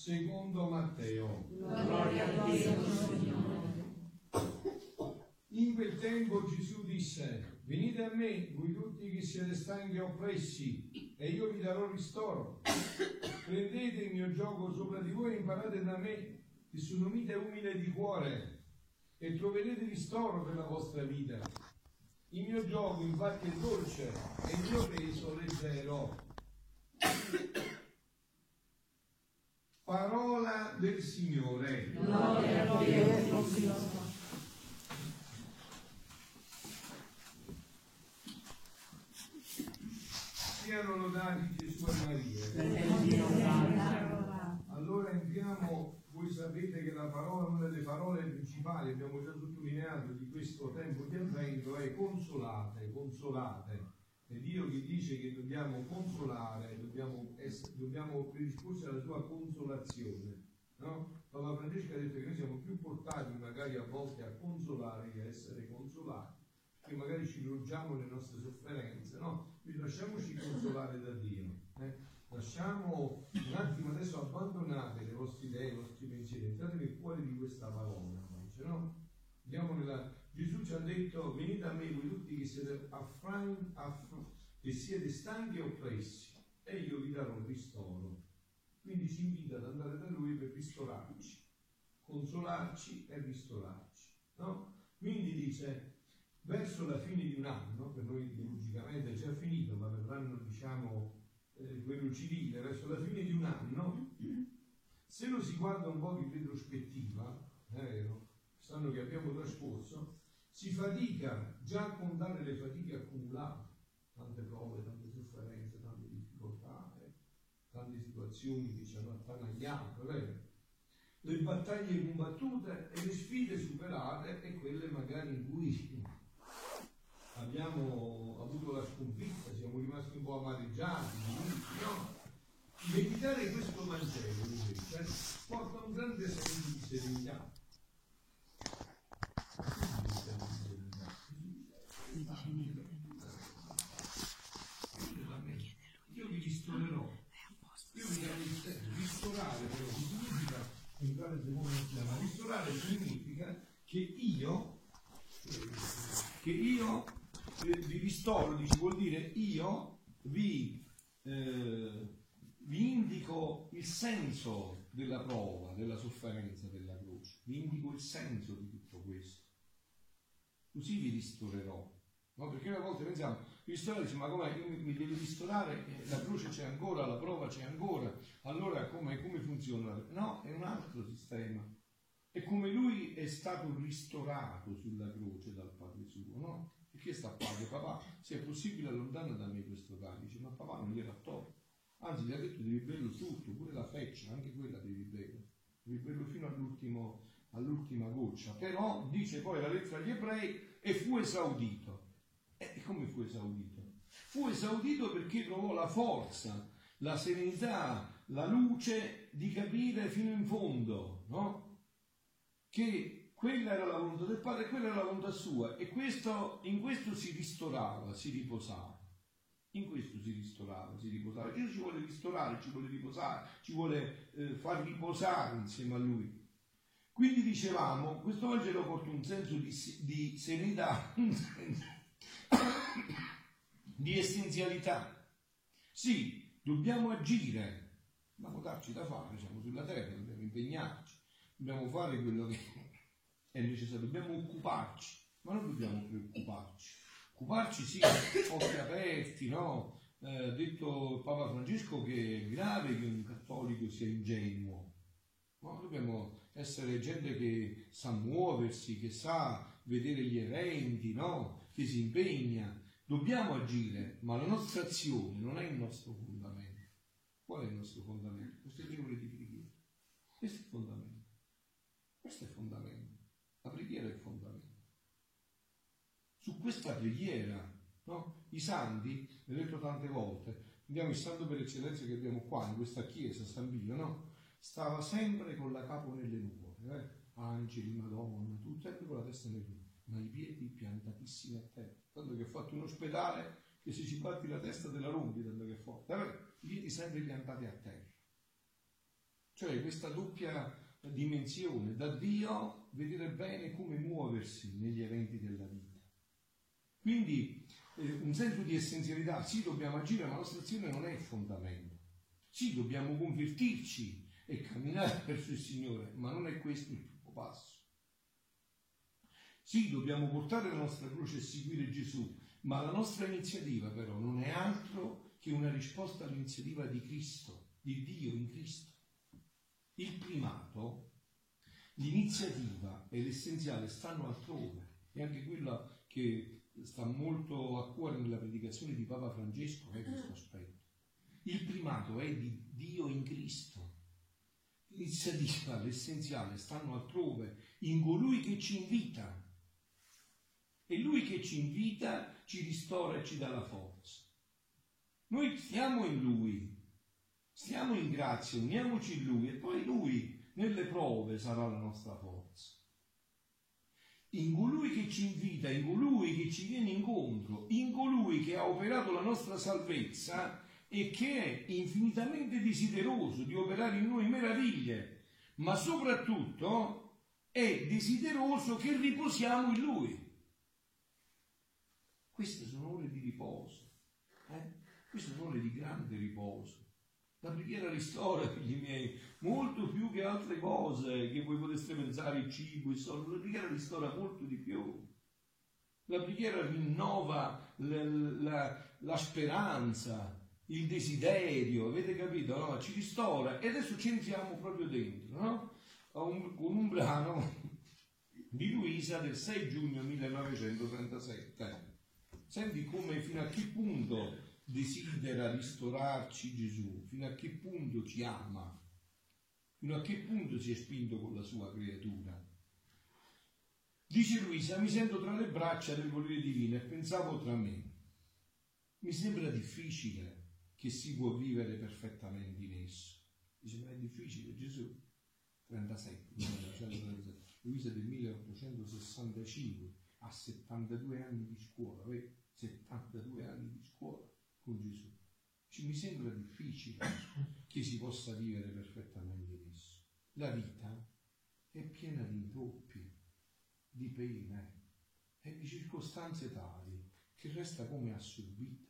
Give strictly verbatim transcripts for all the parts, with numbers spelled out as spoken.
secondo Matteo. Gloria a Dio, Signore. In quel tempo Gesù disse: venite a me, voi tutti che siete stanchi e oppressi, e io vi darò ristoro. Prendete il mio giogo sopra di voi e imparate da me, che sono mite e umile di cuore, e troverete ristoro per la vostra vita. Il mio gioco infatti è dolce e il mio peso leggero. Parola del Signore. Gloria a Dio, Signore. Siano lodati Gesù e Maria. Allora entriamo, voi sapete che la parola, una delle parole principali, abbiamo già sottolineato, di questo tempo di avvento è consolate, consolate. È Dio che dice che dobbiamo consolare, dobbiamo, essere, dobbiamo predisporci alla sua consolazione. No? Papa Francesco ha detto che noi siamo più portati magari a volte a consolare che a essere consolati, che magari ci rivolgiamo nelle nostre sofferenze, no? Quindi lasciamoci consolare da Dio, eh? Lasciamo un attimo adesso, abbandonate le vostre idee, i vostri pensieri, entrate nel cuore di questa parola, invece, no? Andiamo nella... Gesù ci ha detto: venite a me voi tutti che siete affran... aff... che siete stanchi e oppressi, e io vi darò ristoro. Quindi ci invita ad andare da Lui per ristorarci, consolarci e ristorarci, no? Quindi dice: verso la fine di un anno, per noi liturgicamente è già finito, ma per l'anno, diciamo, eh, quello civile, verso la fine di un anno, se lo si guarda un po' in retrospettiva, eh, quest'anno che abbiamo trascorso, si fatica già a contare le fatiche accumulate, tante prove, tante sofferenze, tante difficoltà, eh, tante situazioni che ci hanno attanagliato, eh, le battaglie combattute e le sfide superate, e quelle magari in cui abbiamo avuto la sconfitta, siamo rimasti un po' amareggiati, no? Meditare questo Vangelo invece porta un grande senso di serenità. Io vi ristorerò, io vi darò il tempo. Ristorare però significa, entrare secondo il tema, ristorare significa che io, che io vi ristoro, dice, vuol dire io vi, eh, vi indico il senso della prova, della sofferenza, della croce, vi indico il senso di tutto questo, così vi ristorerò, no? Perché a volte pensiamo, ristorare, dice, ma come mi devi ristorare? La croce c'è ancora, la prova c'è ancora, allora come, come funziona? No, è un altro sistema, è come lui è stato ristorato sulla croce dal Padre suo, no? Perché sta padre? Papà, se è possibile allontana da me questo calice, ma papà non gliel'ha tolto, anzi gli ha detto devi berlo tutto, pure la feccia, anche quella devi bere, devi berlo fino all'ultimo, all'ultima goccia. Però dice poi la lettera agli ebrei: e fu esaudito. E come fu esaudito? Fu esaudito perché trovò la forza, la serenità, la luce di capire fino in fondo, no? Che quella era la volontà del Padre e quella era la volontà sua, e questo, in questo si ristorava, si riposava. In questo si ristorava, si riposava. Gesù ci vuole ristorare, ci vuole riposare, ci vuole eh, far riposare insieme a Lui. Quindi dicevamo, questo Vangelo porta un senso di, di serenità, un senso di essenzialità. Sì, dobbiamo agire, dobbiamo darci da fare, siamo sulla terra, dobbiamo impegnarci, dobbiamo fare quello che è necessario, dobbiamo occuparci, ma non dobbiamo preoccuparci. Occuparci sì, occhi aperti, no? Eh, detto Papa Francesco che è grave che un cattolico sia ingenuo, no? Dobbiamo essere gente che sa muoversi, che sa vedere gli eventi, no? Che si impegna. Dobbiamo agire, ma la nostra azione non è il nostro fondamento. Qual è il nostro fondamento? Questo è il giorno di preghiera. Questo è il fondamento. Questo è il fondamento. La preghiera è il fondamento. Su questa preghiera, no? I santi, l'ho detto tante volte, abbiamo il santo per eccellenza che abbiamo qua in questa chiesa, San Pio, no? Stava sempre con la capo nelle nuvole, eh? Angeli, Madonna, tutto sempre con la testa nelle nuvole, ma i piedi piantatissimi a terra. Tanto che ha fatto un ospedale che se ci batti la testa te la rompi, tanto che è forte. I piedi sempre piantati a terra. Cioè questa doppia dimensione, da Dio vedere bene come muoversi negli eventi della vita. Quindi eh, un senso di essenzialità, sì dobbiamo agire, ma la nostra azione non è il fondamento. Sì dobbiamo convertirci e camminare verso il Signore, ma non è questo il primo passo. Sì dobbiamo portare la nostra croce e seguire Gesù, ma la nostra iniziativa però non è altro che una risposta all'iniziativa di Cristo, di Dio in Cristo. Il primato, l'iniziativa e l'essenziale stanno altrove, e anche quella che sta molto a cuore nella predicazione di Papa Francesco è questo aspetto. Il primato è di Dio in Cristo. L'iniziativa, l'essenziale stanno altrove, in colui che ci invita. E lui che ci invita ci ristora e ci dà la forza. Noi stiamo in lui, stiamo in grazia, uniamoci in lui e poi lui nelle prove sarà la nostra forza. In colui che ci invita, in colui che ci viene incontro, in colui che ha operato la nostra salvezza e che è infinitamente desideroso di operare in noi meraviglie, ma soprattutto è desideroso che riposiamo in lui. Queste sono ore di riposo, eh? Queste sono ore di grande riposo. La preghiera ristora, figli miei, molto più che altre cose che voi potreste pensare, il cibo, il sonno. La preghiera ristora molto di più. La preghiera rinnova la, la, la speranza, il desiderio, avete capito? No? Ci ristora e adesso ci entriamo proprio dentro, no? Un, con un brano di Luisa del sei giugno millenovecentotrentasette. Senti come, fino a che punto desidera ristorarci Gesù, fino a che punto ci ama, fino a che punto si è spinto con la sua creatura. Dice Luisa: mi sento tra le braccia del volere divino e pensavo tra me, mi sembra difficile che si può vivere perfettamente in esso. Dice: ma è difficile Gesù? trentasette, millenovecentotrentasette. Luisa del milleottocentosessantacinque, a settantadue anni di scuola, vedi? settantadue anni di scuola con Gesù. Ci mi sembra difficile che si possa vivere perfettamente in esso. La vita è piena di intoppi, di pene e di circostanze tali che resta come assorbita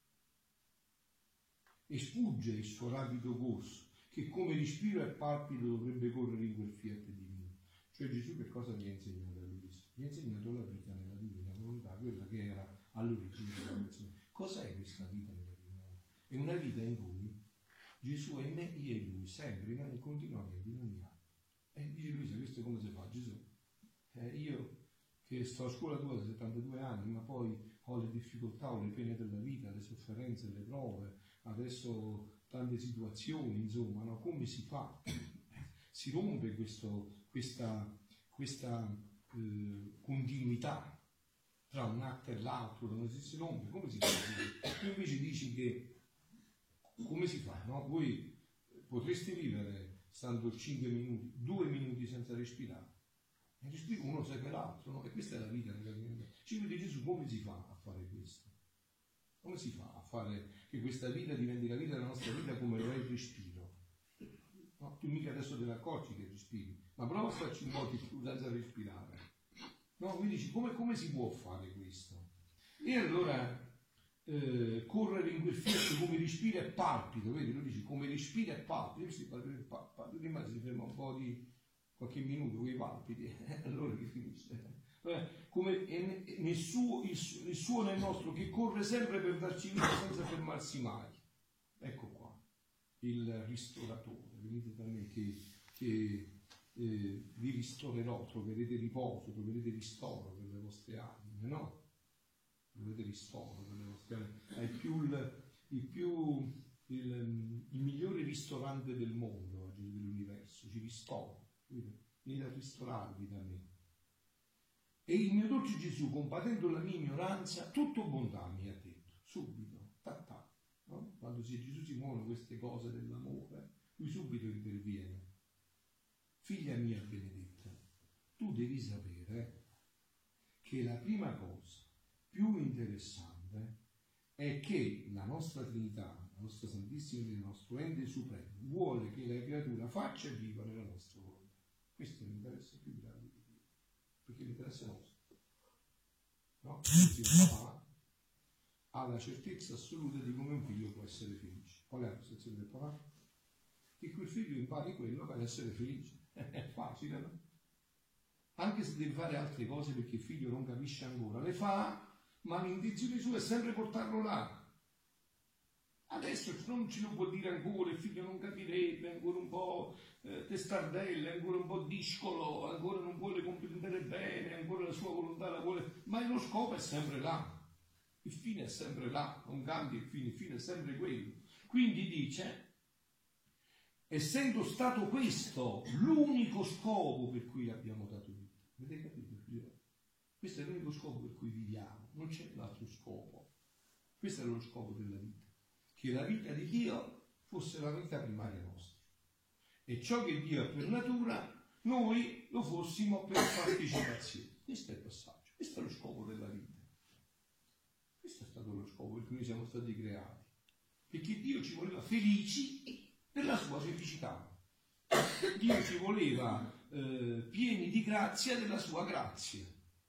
e sfugge il suo rapido corso, che come respiro e palpito dovrebbe correre in quel fiat divino. Cioè Gesù che cosa gli ha insegnato a Luisa? Gli ha insegnato la vita nella divina volontà, quella che era all'origine della creazione. Cos'è questa vita nella divina volontà? È una vita in cui Gesù è in me, io e lui, sempre, in, continuamente, in ogni anno. E dice Luisa: questo come si fa, Gesù? Eh, io che sto a scuola tua da settantadue anni, ma poi ho le difficoltà, ho le pene della vita, le sofferenze, le prove, adesso tante situazioni, insomma, no? Come si fa? Si rompe questo, questa, questa eh, continuità tra un atto e l'altro, non si rompe, come si fa? Tu invece dici che come si fa? No? Voi potreste vivere stando cinque minuti, due minuti senza respirare, e respiro uno segue l'altro, no? E questa è la vita nella vita. Ci vede Gesù, come si fa a fare questo? Come si fa a fare che questa vita diventi la vita della nostra vita come lo è il respiro? No? Tu mica adesso te ne accorgi che respiri, ma prova a starci un po' di più senza respirare. No? Mi dici, come, come si può fare questo? E allora eh, correre in quel fiat come respira e palpito, vedi? Lo dici, come respira e palpito. Si prima si ferma un po' di qualche minuto con i palpiti, allora che finisce. Come nel suo, il, il suo nel nostro che corre sempre per darci vita senza fermarsi mai. Ecco qua il ristoratore, venite da me che, che eh, vi ristorerò, troverete riposo, troverete ristoro per le vostre anime, no? Troverete ristoro per le vostre anime. È il più, il, il, più il, il migliore ristorante del mondo oggi, dell'universo, ci ristora, venite a ristorarvi da me. E il mio dolce Gesù, compatendo la mia ignoranza, tutto bontà mi ha detto, subito, tattà, no? Quando si, Gesù si muovono queste cose dell'amore, lui subito interviene. Figlia mia benedetta, tu devi sapere che la prima cosa più interessante è che la nostra Trinità, la nostra Santissima Trinità, il nostro ente supremo, vuole che la creatura faccia e viva nella nostra volontà. Questo è l'interesse più grande di Dio, perché l'interesse è nostro. No? Il papà ha la certezza assoluta di come un figlio può essere felice. Qual è la posizione del papà? Che quel figlio impari quello per essere felice. È facile, no? Anche se deve fare altre cose perché il figlio non capisce ancora, le fa, ma l'intenzione sua è sempre portarlo là. Adesso non ce lo può dire ancora, il figlio non capirebbe, è ancora un po' eh, testardello, è ancora un po' discolo, ancora non vuole comprendere bene, ancora la sua volontà la vuole, ma lo scopo è sempre là. Il fine è sempre là, non cambia il fine, il fine è sempre quello. Quindi dice, essendo stato questo l'unico scopo per cui abbiamo dato vita, avete capito? Questo è l'unico scopo per cui viviamo, non c'è un altro scopo. Questo è lo scopo della vita, che la vita di Dio fosse la vita primaria nostra. E ciò che Dio è per natura, noi lo fossimo per partecipazione. Questo è il passaggio, questo è lo scopo della vita. Questo è stato lo scopo per cui noi siamo stati creati, perché Dio ci voleva felici per la sua felicità. Dio ci voleva eh, pieni di grazia della sua grazia.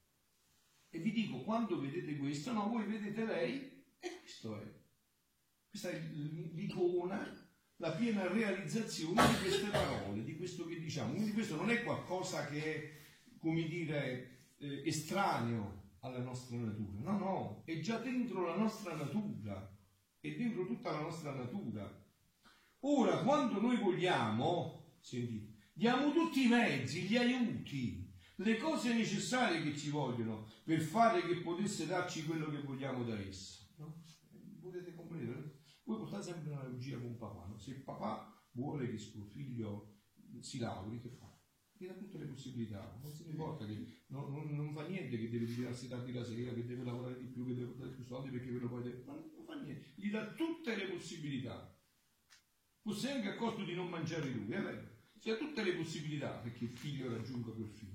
E vi dico, quando vedete questo, no, voi vedete lei, e questo è. Questa è l'icona, la piena realizzazione di queste parole, di questo che diciamo. Quindi questo non è qualcosa che è, come dire, eh, estraneo alla nostra natura, no, no, è già dentro la nostra natura, è dentro tutta la nostra natura. Ora, quando noi vogliamo, sentite, diamo tutti i mezzi, gli aiuti, le cose necessarie che ci vogliono per fare che potesse darci quello che vogliamo da essa, no? Potete comprendere? Voi portate sempre un'analogia con papà, no? Se il papà vuole che suo figlio si lauri, che fa? Gli dà tutte le possibilità, non se ne importa, che non, non, non fa niente che deve ritirarsi tardi la sera, che deve lavorare di più, che deve dare più soldi perché quello poi deve... non, non fa niente, gli dà tutte le possibilità, forse anche a costo di non mangiare lui, è vero? C'è tutte le possibilità perché il figlio raggiunga quel figlio.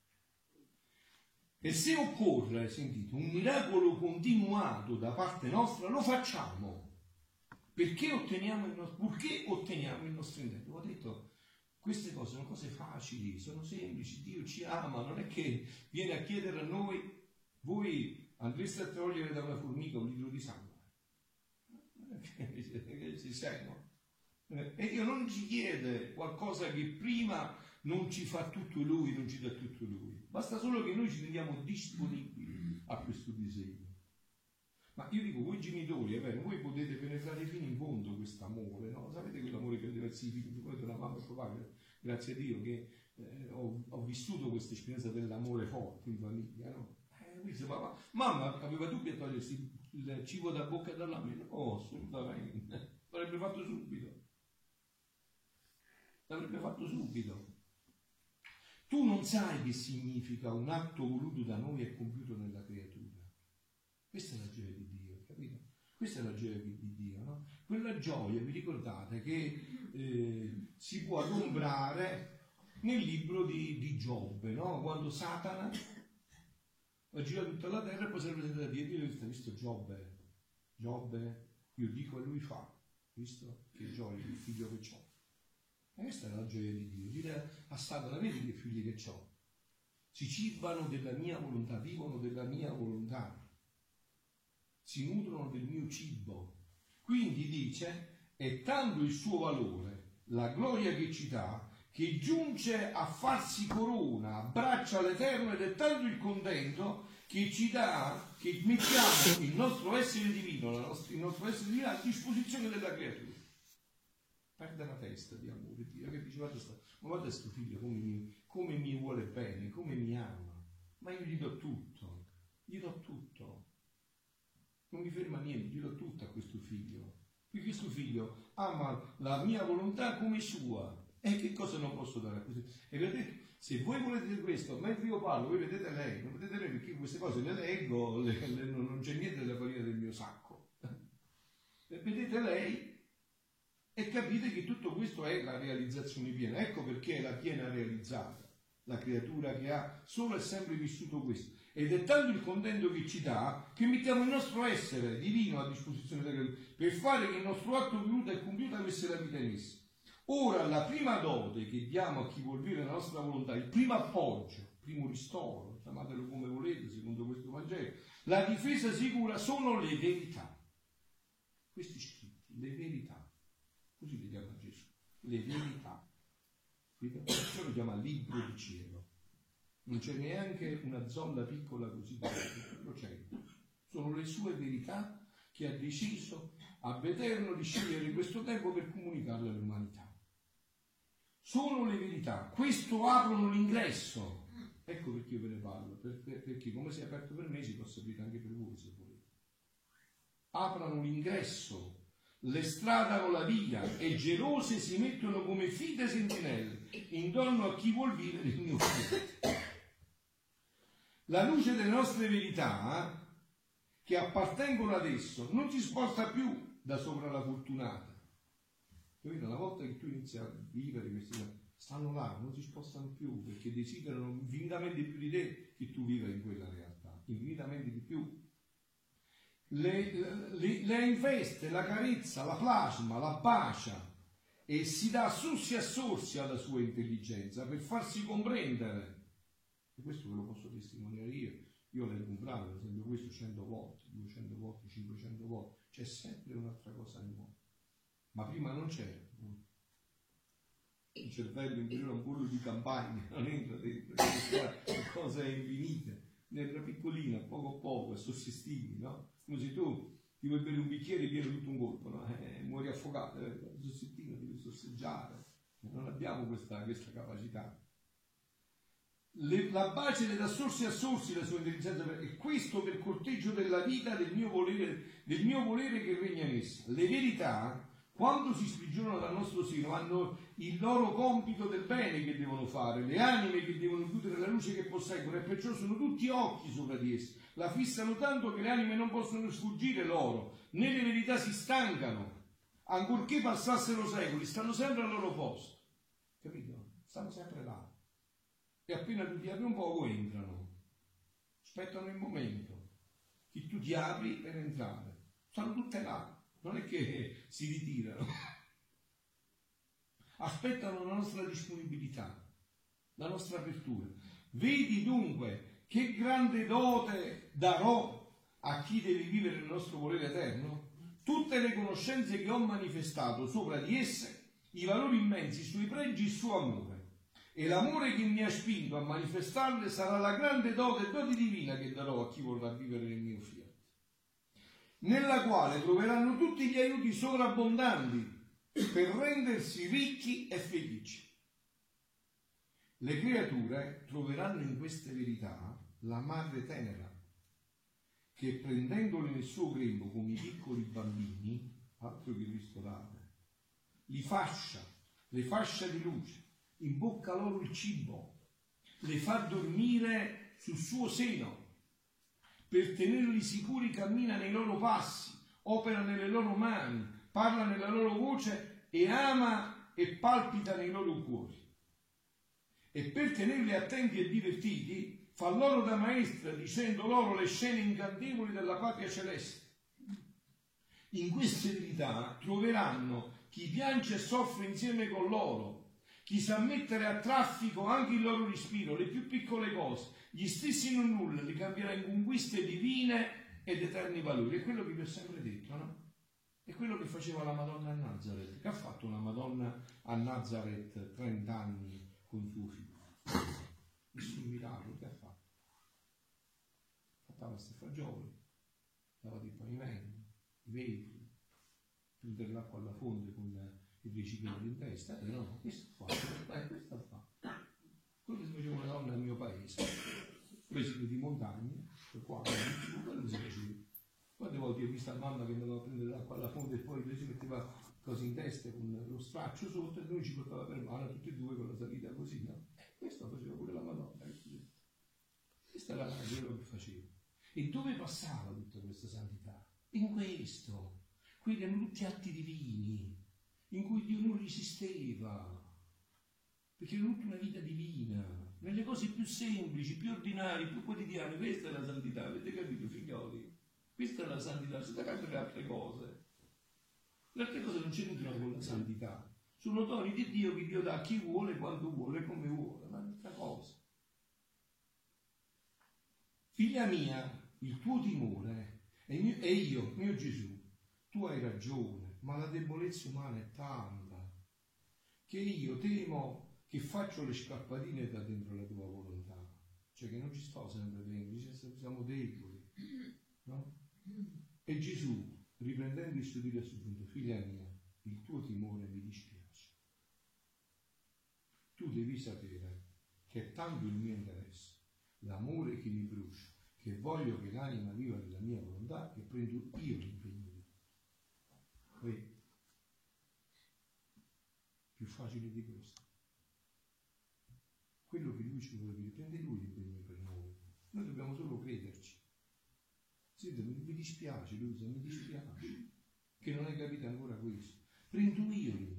E se occorre, sentite, un miracolo continuato da parte nostra, lo facciamo, perché otteniamo il nostro, purché otteniamo il nostro intento. Ho detto, queste cose sono cose facili, sono semplici, Dio ci ama, non è che viene a chiedere a noi, voi andreste a togliere da una formica un litro di sangue, ci siamo. E Dio non ci chiede qualcosa che prima non ci fa tutto Lui, non ci dà tutto Lui, basta solo che noi ci rendiamo disponibili a questo disegno. Ma io dico, voi genitori, è vero, voi potete penetrare fino in fondo questo amore, no? Sapete quell'amore che avete verso i figli, voi della mamma e papà, grazie a Dio che eh, ho, ho vissuto questa esperienza dell'amore forte in famiglia, no? Eh, dice, papà, mamma aveva dubbi a togliersi il cibo da bocca e dalla mano? No, assolutamente, l'avrebbe fatto subito, l'avrebbe fatto subito. Tu non sai che significa un atto voluto da noi e compiuto nella creatura. Questa è la gioia di Dio, capito? Questa è la gioia di Dio, no? Quella gioia, vi ricordate, che eh, si può adombrare nel libro di, di Giobbe, no? Quando Satana ha girato tutta la terra e poi si è presentato a Dio e Dio ha visto Giobbe, Giobbe, io dico e lui fa, visto? Che gioia, il figlio che c'ho. E questa è la gioia di Dio, dire a Satana, vedi che figli che c'ho? Si cibano della mia volontà, vivono della mia volontà, si nutrono del mio cibo. Quindi dice, è tanto il suo valore, la gloria che ci dà, che giunge a farsi corona, abbraccia l'Eterno, ed è tanto il contento che ci dà, che mettiamo il nostro essere divino, la nostra, il nostro essere divino a disposizione della creatura. Perde la testa di amore, Dio che dice, guarda, sta, ma guarda questo figlio come mi, come mi vuole bene, come mi ama, ma io gli do tutto, gli do tutto, non mi ferma niente, gli do tutto a questo figlio, perché questo figlio ama la mia volontà come sua, e che cosa non posso dare a questo? E vedete, se voi volete questo, mentre io parlo, voi vedete lei, non vedete lei, perché queste cose le leggo, le, le, non c'è niente della farina del mio sacco, e vedete lei, e capite che tutto questo è la realizzazione piena. Ecco perché è la piena realizzata, la creatura che ha solo e sempre vissuto questo. Ed è tanto il contento che ci dà che mettiamo il nostro essere divino a disposizione della creatura per fare che il nostro atto venuto e compiuto avesse la vita in essa. Ora la prima dote che diamo a chi vuol vivere la nostra volontà, il primo appoggio, il primo ristoro, chiamatelo come volete secondo questo Vangelo, la difesa sicura sono le verità. Questi scritti, le verità, così li chiama Gesù, le verità. Questo lo chiama libro di cielo. Non c'è neanche una zolla piccola così, lo c'è. Sono le sue verità che ha deciso ab eterno di scegliere in questo tempo per comunicarle all'umanità. Sono le verità, questo aprono l'ingresso. Ecco perché io ve ne parlo, perché come si è aperto per me si può aprire anche per voi se volete. Aprono l'ingresso, le stradano la via e gelose si mettono come fide sentinelle intorno a chi vuol vivere il mio fiat. La luce delle nostre verità che appartengono ad esso non si sposta più da sopra la fortunata. Capite? Una volta che tu inizi a vivere questi stanno là, non si spostano più perché desiderano infinitamente più di te che tu viva in quella realtà, infinitamente di più. Le, le, le investe, la carezza, la plasma, la bacia e si dà sussi e assorsi alla sua intelligenza per farsi comprendere. E questo ve lo posso testimoniare io. Io l'ho comprato, per esempio questo cento volte, duecento volte, cinquecento volte. C'è sempre un'altra cosa nuova. Ma prima non c'era. Il cervello interiore è un pollo di campagna, non entra dentro, le cose infinite. Nella piccolina, poco a poco, a sossistimi, no? Come se tu ti vuoi bere un bicchiere pieno tutto un colpo, no? Eh, muori affogato, eh, sossistino, devi sosseggiare. Non abbiamo questa, questa capacità. Le, la bacia le dà sorsi a sorsi la sua intelligenza, e questo per corteggio della vita del mio volere, del mio volere che regna in essa. Le verità, quando si sprigionano dal nostro seno, hanno il loro compito del bene che devono fare, le anime che devono chiudere la luce che posseggono, e perciò sono tutti occhi sopra di esse. La fissano tanto che le anime non possono sfuggire loro, né le verità si stancano, ancorché passassero secoli, stanno sempre al loro posto. Capito? Stanno sempre là. E appena tu ti apri un poco entrano, aspettano il momento che tu ti apri per entrare, stanno tutte là, non è che si ritirano, aspettano la nostra disponibilità, la nostra apertura. Vedi dunque che grande dote darò a chi deve vivere il nostro volere eterno? Tutte le conoscenze che ho manifestato sopra di esse, i valori immensi, i suoi pregi, il suo amore. E l'amore che mi ha spinto a manifestarle sarà la grande dote, dote divina che darò a chi vorrà vivere nel mio fiat, nella quale troveranno tutti gli aiuti sovrabbondanti per rendersi ricchi e felici. Le creature troveranno in queste verità la madre tenera, che prendendole nel suo grembo come i piccoli bambini, altro che ristorare, li fascia, le fascia di luce, imbocca loro il cibo, le fa dormire sul suo seno, per tenerli sicuri cammina nei loro passi, opera nelle loro mani, parla nella loro voce e ama e palpita nei loro cuori. E per tenerli attenti e divertiti fa loro da maestra, dicendo loro le scene incantevoli della patria celeste. In queste verità troveranno chi piange e soffre insieme con loro, chi sa mettere a traffico anche il loro respiro, le più piccole cose, gli stessi non nulla, li cambierà in conquiste divine ed eterni valori. È quello che vi ho sempre detto, no? È quello che faceva la Madonna a Nazareth. Che ha fatto una Madonna a Nazareth trenta anni con suo figlio? Nessun miracolo, che ha fatto? Fattava queste fagioli, lavava i pavimenti, i vetri, prendere l'acqua alla fonte con il recipiente in testa, e no, questo fa, eh, questo fa. Quello che si faceva una donna nel mio paese, presi di montagne, per qua, quello si faceva. Quante volte ho visto la mamma che andava a prendere l'acqua alla fonte e poi lei si metteva cose in testa con lo straccio sotto e lui ci portava per mano tutti e due con la salita così, no? Questo faceva pure la Madonna. Questo era quello che faceva. E dove passava tutta questa santità? In questo. Qui erano tutti atti divini, in cui Dio non resisteva, perché era tutta una vita divina, nelle cose più semplici, più ordinarie, più quotidiane. Questa è la santità, avete capito, figlioli? Questa è la santità, siete capito le altre cose. Le altre cose non c'entrano con la santità. Sono doni di Dio che Dio dà a chi vuole, quando vuole, come vuole, ma è un'altra cosa. Figlia mia, il tuo timore è, mio, è io, mio Gesù. Tu hai ragione, ma la debolezza umana è tanta che io temo che faccio le scappatine da dentro la tua volontà. Cioè che non ci sto sempre dentro, siamo deboli, no? E Gesù, riprendendo il suo dire a suo punto, figlia mia, il tuo timore mi dispiace. Tu devi sapere che è tanto il mio interesse, l'amore che mi brucia, che voglio che l'anima viva nella mia volontà, che prendo io l'impegno di Dio. Più facile di questo. Quello che lui ci vuole dire, prende lui l'impegno per noi. Noi dobbiamo solo crederci. Senti, mi dispiace, lui dice, mi dispiace che non hai capito ancora questo. Prendo io l'impegno.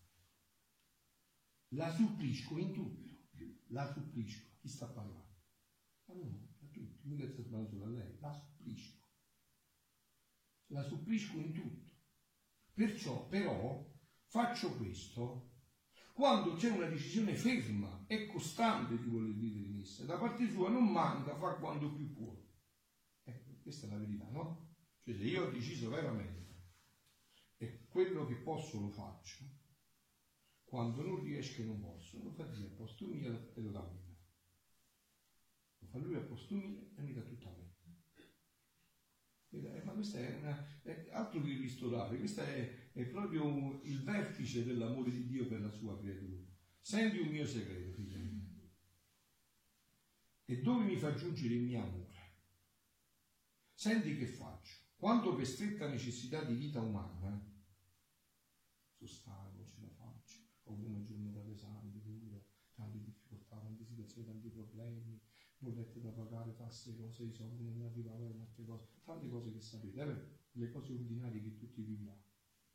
La supplisco in tutto. La supplisco. Chi sta parlando? A noi, a tutti. Mica sta parlando solo a lei. La supplisco. La supplisco in tutto. Perciò, però, faccio questo quando c'è una decisione ferma e costante di voler vivere in essa. Da parte sua non manca, fa quando più può. Ecco, questa è la verità, no? Cioè, se io ho deciso veramente e quello che posso lo faccio, quando non riesco e non posso, lo fa Dio a posto mio e lo dà a me. Lo fa lui a posto mio e mi dà tutta a me. Ma questo è, una, è altro che ristorare, questo è, è proprio un, il vertice dell'amore di Dio per la sua creatura. Senti un mio segreto, figlio mio, e dove mi fa giungere il mio amore. Senti che faccio. Quando per stretta necessità di vita umana, sono stanco, ce la faccio, ho una giornata pesante, dura, tante difficoltà, tante situazioni, tanti problemi, bollette da pagare, tasse, cose, i soldi non arrivavano, altre cose, tante cose che sapete, eh? Le cose ordinarie che tutti viviamo.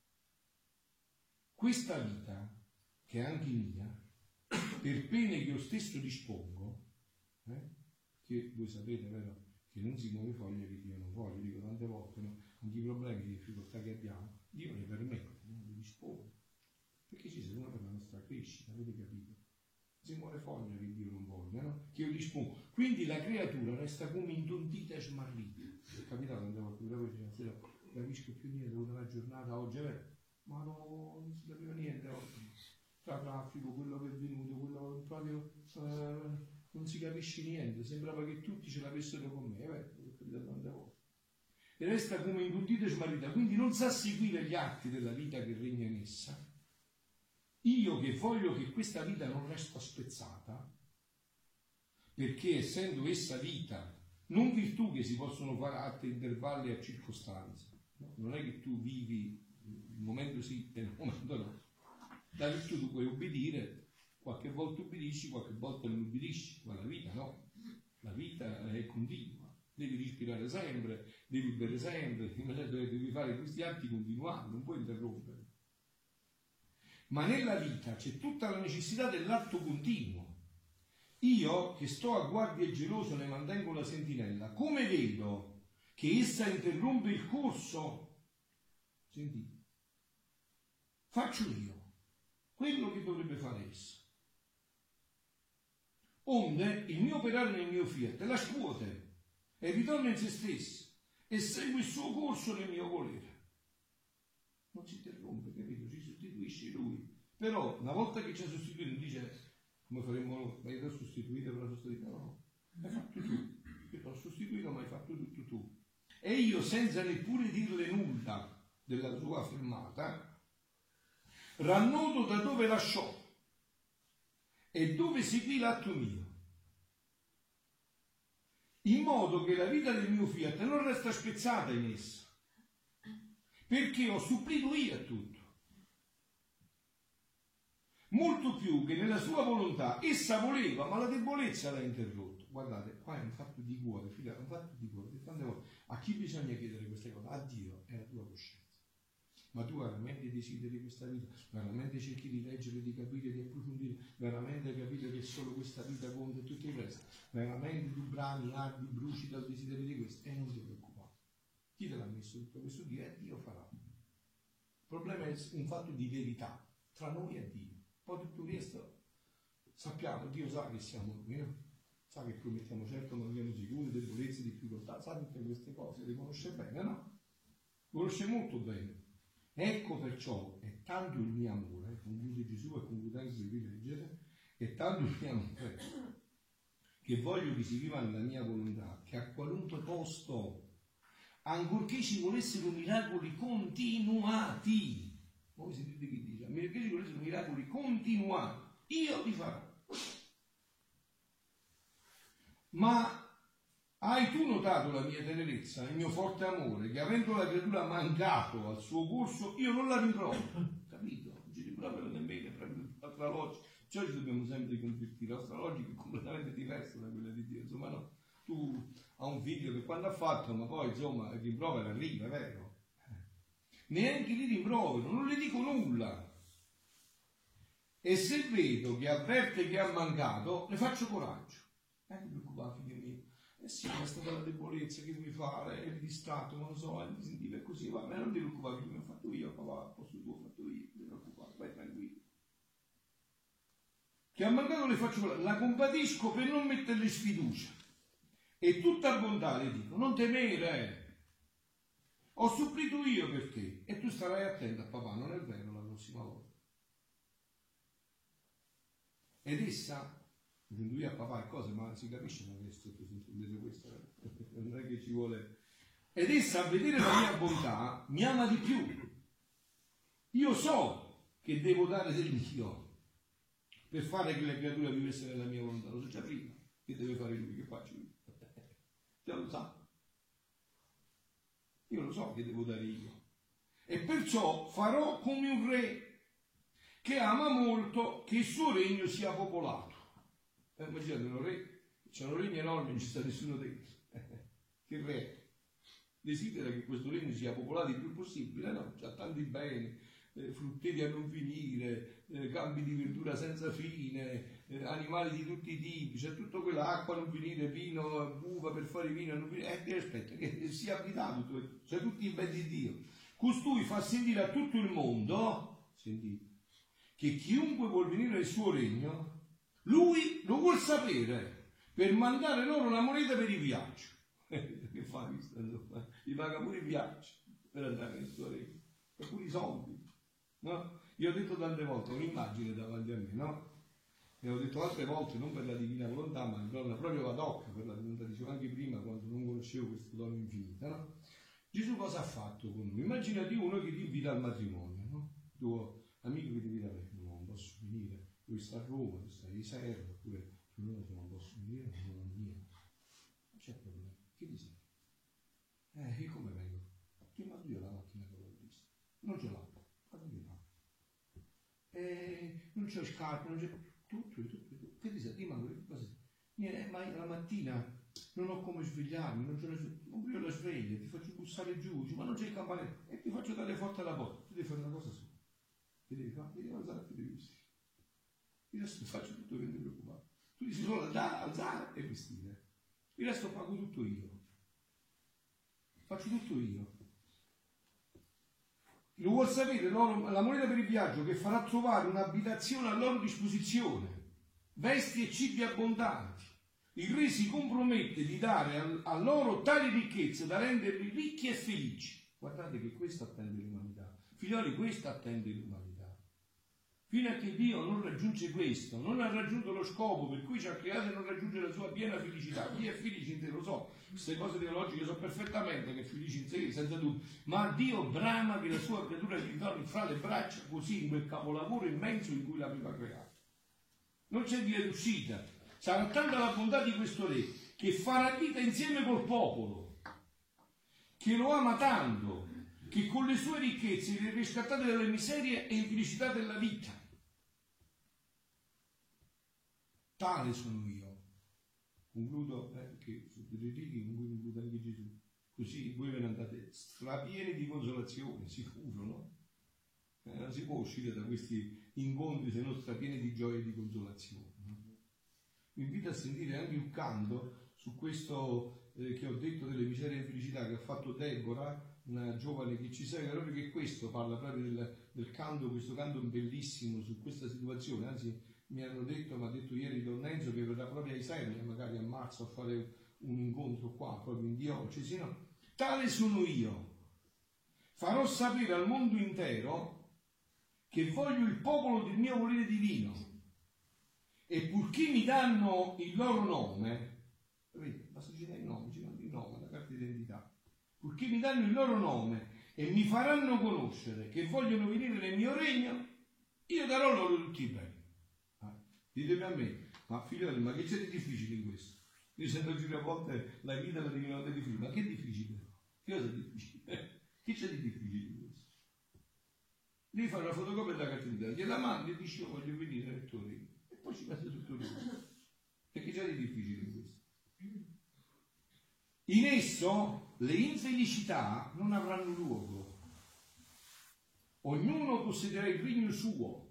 Questa vita, che è anche mia, per pene che io stesso dispongo, eh? Che voi sapete, vero, che non si muove foglia che Dio non vuole, dico tante volte, no? Anche i problemi, le difficoltà che abbiamo, Dio ne permette, no? Li dispone, perché ci servono per la nostra crescita, avete capito? Si muore foglia che Dio non voglia, no? Che io dispongo. Quindi la creatura resta come intontita e smarrita. È capitato, andavo a curare sera, non capisco più niente, tutta la giornata oggi, eh? Ma no, non si capiva niente oggi. Tra traffico, quello che è venuto, quello proprio eh, non si capisce niente, sembrava che tutti ce l'avessero con me, eh? È capitato tante volte. E resta come intontita e smarrita, quindi non sa seguire gli atti della vita che regna in essa. Io che voglio che questa vita non resta spezzata, perché essendo essa vita, non virtù che si possono fare atti intervalli a circostanze, no? Non è che tu vivi il momento sì e il momento no. La virtù tu puoi obbedire, qualche volta obbedisci, qualche volta non obbedisci, ma la vita no, la vita è continua, devi respirare sempre, devi bere sempre, devi fare questi atti continuando, non puoi interrompere. Ma nella vita c'è tutta la necessità dell'atto continuo. Io, che sto a guardia e geloso, ne mantengo la sentinella. Come vedo che essa interrompe il corso? Sentite. Faccio io quello che dovrebbe fare essa. Onde il mio operare nel mio fiat la scuote e ritorna in se stessa e segue il suo corso nel mio volere. Non si interrompe, capito? Ci sostituisce lui. Però una volta che ci ha sostituito non dice come faremmo noi, ma io ti ho sostituito per la sostituita. No, no, hai fatto tu. Io ti ho sostituito ma hai fatto tutto tu. E io senza neppure dirle nulla della sua fermata, rannodo da dove lasciò e dove seguì l'atto mio, in modo che la vita del mio fiat non resta spezzata in essa, perché ho supplito io a tutto. Molto più che nella sua volontà essa voleva, ma la debolezza l'ha interrotto. Guardate, qua è un fatto di cuore, figlio, è un fatto di cuore. Tante volte, a chi bisogna chiedere queste cose? A Dio e alla tua coscienza. Ma tu veramente desideri questa vita? Veramente cerchi di leggere, di capire, di approfondire? Veramente hai capito che solo questa vita conta e tutto il resto? Veramente tu brani, ardi, bruci dal desiderio di questo? E non ti preoccupare. Chi te l'ha messo tutto questo? Dio, e Dio farà. Il problema è un fatto di verità tra noi e Dio. Poi tutto il resto sappiamo, Dio sa che siamo noi, no? Sa che promettiamo certo, non abbiamo sicuri, debolezze, difficoltà, sa tutte queste cose, le conosce bene, no? Conosce molto bene. Ecco perciò è tanto il mio amore, conclude Gesù e concludendo di leggere, è tanto il mio amore che voglio che si viva nella mia volontà, che a qualunque costo, ancorché ci volessero miracoli continuati, voi sentite chi dice, ancorché ci volessero miracoli continuati, io li farò. Ma hai tu notato la mia tenerezza, il mio forte amore, che avendo la creatura mancato al suo corso, io non la rimprovero, capito? Non ci rimprovero nemmeno, l'altra logica. Cioè ci dobbiamo sempre convertire, la nostra logica è completamente diversa da quella di Dio. Insomma, no, tu hai un figlio che quando ha fatto, ma poi insomma il rimprovero arriva, è vero? Neanche li rimprovero, non le dico nulla. E se vedo che avverte che ha mancato, le faccio coraggio. Non ti preoccupare, figlio mio. Eh sì, è stata la debolezza che mi fa, è il distratto, non lo so, mi sentiva così, va bene, non ti preoccupare, che mi ho fatto io, papà, al posto tuo ho fatto io, non ti preoccupare, vai tranquillo. Che ha mancato le faccio, la compatisco per non metterle sfiducia. E tutta bontà le dico, non temere, ho supplito io per te, e tu starai attento a papà, non è vero la prossima volta. Ed essa... lui a papà e cose, ma si capisce ma che sottosentendete questo, non è che ci vuole. Ed essa a vedere la mia bontà mi ama di più. Io so che devo dare del mio per fare che le creature vivessero nella mia volontà. Lo so già prima. Che deve fare lui? Che faccio io? Già lo sa. Io lo so che devo dare io. E perciò farò come un re che ama molto che il suo regno sia popolato. Eh, immaginate un re, c'è un regno enorme, non ci sta nessuno dentro. Che re desidera che questo regno sia popolato il più possibile, no? C'ha tanti beni, eh, frutteti a non finire, eh, campi di verdura senza fine, eh, animali di tutti i tipi, c'è tutto quell'acqua a non finire, vino, uva per fare vino a non finire. Eh, aspetta, che sia abitato, c'è tutti i beni di Dio. Costui fa sentire a tutto il mondo, sentite, che chiunque vuol venire nel suo regno, lui lo vuol sapere per mandare loro la moneta per il viaggio. Che fa? Gli paga pure il viaggio per andare nel suo regno, per pure i soldi. No? Io ho detto tante volte un'immagine davanti a me, no? E ho detto altre volte, non per la divina volontà, ma proprio ad hoc, per la volontà, dicevo anche prima quando non conoscevo questo dono infinito, no? Gesù cosa ha fatto con noi? Immaginati uno che ti invita al matrimonio, no? Tuo amico che ti invita al matrimonio, non posso venire. Lui sta a Roma, tu stai di serva, oppure non posso venire, non ho niente. Non c'è problema. Che ti serve? Eh, io come vengo? Ti mando io la macchina con la lista. Non ce l'ho, vado io là. Eh, non c'ho scarpe, non c'è... Tutto, tutto, tutto. Che ti serve? Ti mando che cosa? Niente, ma la mattina non ho come svegliarmi, non c'è nessuno. Non io la sveglia, ti faccio bussare giù, ma non c'è il campanello. E ti faccio dare forte alla porta. Tu devi fare una cosa sola. Che devi fare? Devi alzare e ti devi vestire. Il resto faccio tutto, che non ti preoccupare. Tu dici solo alzare, alzare e vestire. Il resto pago tutto io. Faccio tutto io. Lo vuol sapere loro, la moneta per il viaggio che farà trovare un'abitazione a loro disposizione, vesti e cibi abbondanti. Il re si compromette di dare a, a loro tali ricchezze da renderli ricchi e felici. Guardate che questo attende l'umanità. Figlioli, questo attende l'umanità. Fino a che Dio non raggiunge questo, non ha raggiunto lo scopo per cui ci ha creato e non raggiunge la sua piena felicità. Chi è felice in te lo so, queste cose teologiche so perfettamente che è felice in sé, senza dubbio, ma Dio brama che la sua creatura gli ritorni fra le braccia così in quel capolavoro immenso in cui l'aveva creato. Non c'è via d'uscita, sarà tanta la bontà di questo re che farà vita insieme col popolo, che lo ama tanto, che con le sue ricchezze li ha riscattati dalle miserie e infelicità della vita. Tale sono io. Concludo eh, che su due righe in cui conclude anche Gesù. Così voi ve ne andate strapieni di consolazione, sicuro, no? Eh, non si può uscire da questi incontri se non strapieni di gioia e di consolazione. Vi invito a sentire anche un canto su questo eh, che ho detto delle miserie e felicità che ha fatto Deborah, una giovane che ci segue, proprio che questo parla proprio del, del canto, questo canto bellissimo su questa situazione. Anzi, mi hanno detto, mi ha detto ieri Don Enzo che verrà proprio ai Serni, magari a marzo, a fare un incontro qua, proprio in diocesi, no? Tale sono io. Farò sapere al mondo intero che voglio il popolo del mio volere divino. E purché mi danno il loro nome, vedete, basta girare il nome, ci danno il nome, la carta d'identità, purché mi danno il loro nome e mi faranno conoscere che vogliono venire nel mio regno, io darò loro tutti i beni. Ah, ditemi a me, ma figlioli, ma che c'è di difficile in questo? Io sento dire a volte la vita la divinità è difficile, ma che è difficile? Che cosa è difficile? Che c'è di difficile in questo? Devi fare una fotocopia della carta d'identità, gliela mandi e dici io voglio venire nel tuo regno. Poi ci passa tutto il resto. E che c'è di difficile in questo? In esso le infelicità non avranno luogo. Ognuno possederà il regno suo.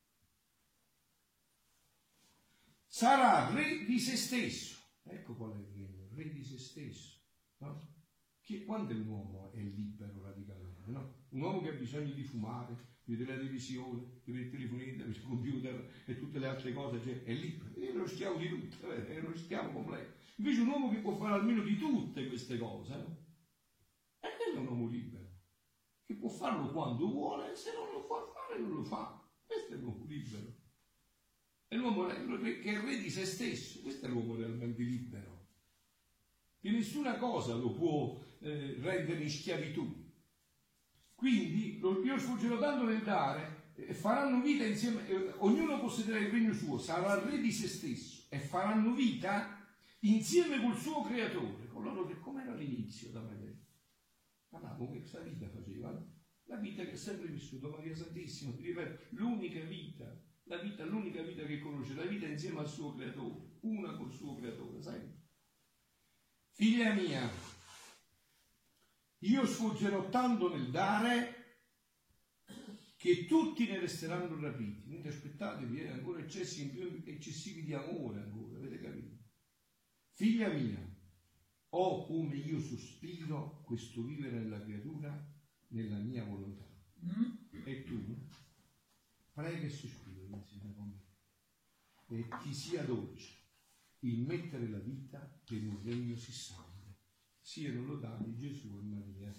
Sarà re di se stesso. Ecco qual è il regno, re di se stesso. No? Che, quando l'uomo è libero radicalmente, no? Un uomo che ha bisogno di fumare, di vedere la televisione, di vedere il telefonino, il computer e tutte le altre cose, cioè è libero, è uno schiavo di tutto, è uno schiavo completo. Invece un uomo che può fare almeno di tutte queste cose, no? E quello è un uomo libero, che può farlo quando vuole, e se non lo può fare non lo fa. Questo è l'uomo libero. È l'uomo che è re di se stesso, questo è l'uomo realmente libero. Che nessuna cosa lo può eh, rendere in schiavitù. Quindi io sfuggerò tanto nel dare e faranno vita insieme, eh, ognuno possederà il regno suo, sarà re di se stesso e faranno vita insieme col suo creatore, con loro che come era all'inizio da Maria. Ma come questa vita faceva? La vita che ha sempre vissuto Maria Santissima, ti ripeto, l'unica vita, la vita, l'unica vita che conosce, la vita insieme al suo creatore, una col suo creatore, sai? Figlia mia, io sfoggerò tanto nel dare che tutti ne resteranno rapiti. Quindi aspettatevi, eh, ancora eccessi più eccessivi di amore ancora, avete capito? Figlia mia, oh come io sospiro questo vivere nella creatura, nella mia volontà. E tu prega e sospira insieme con me. E ti sia dolce il mettere la vita per un regno si salve. Siano lodati Gesù e Maria.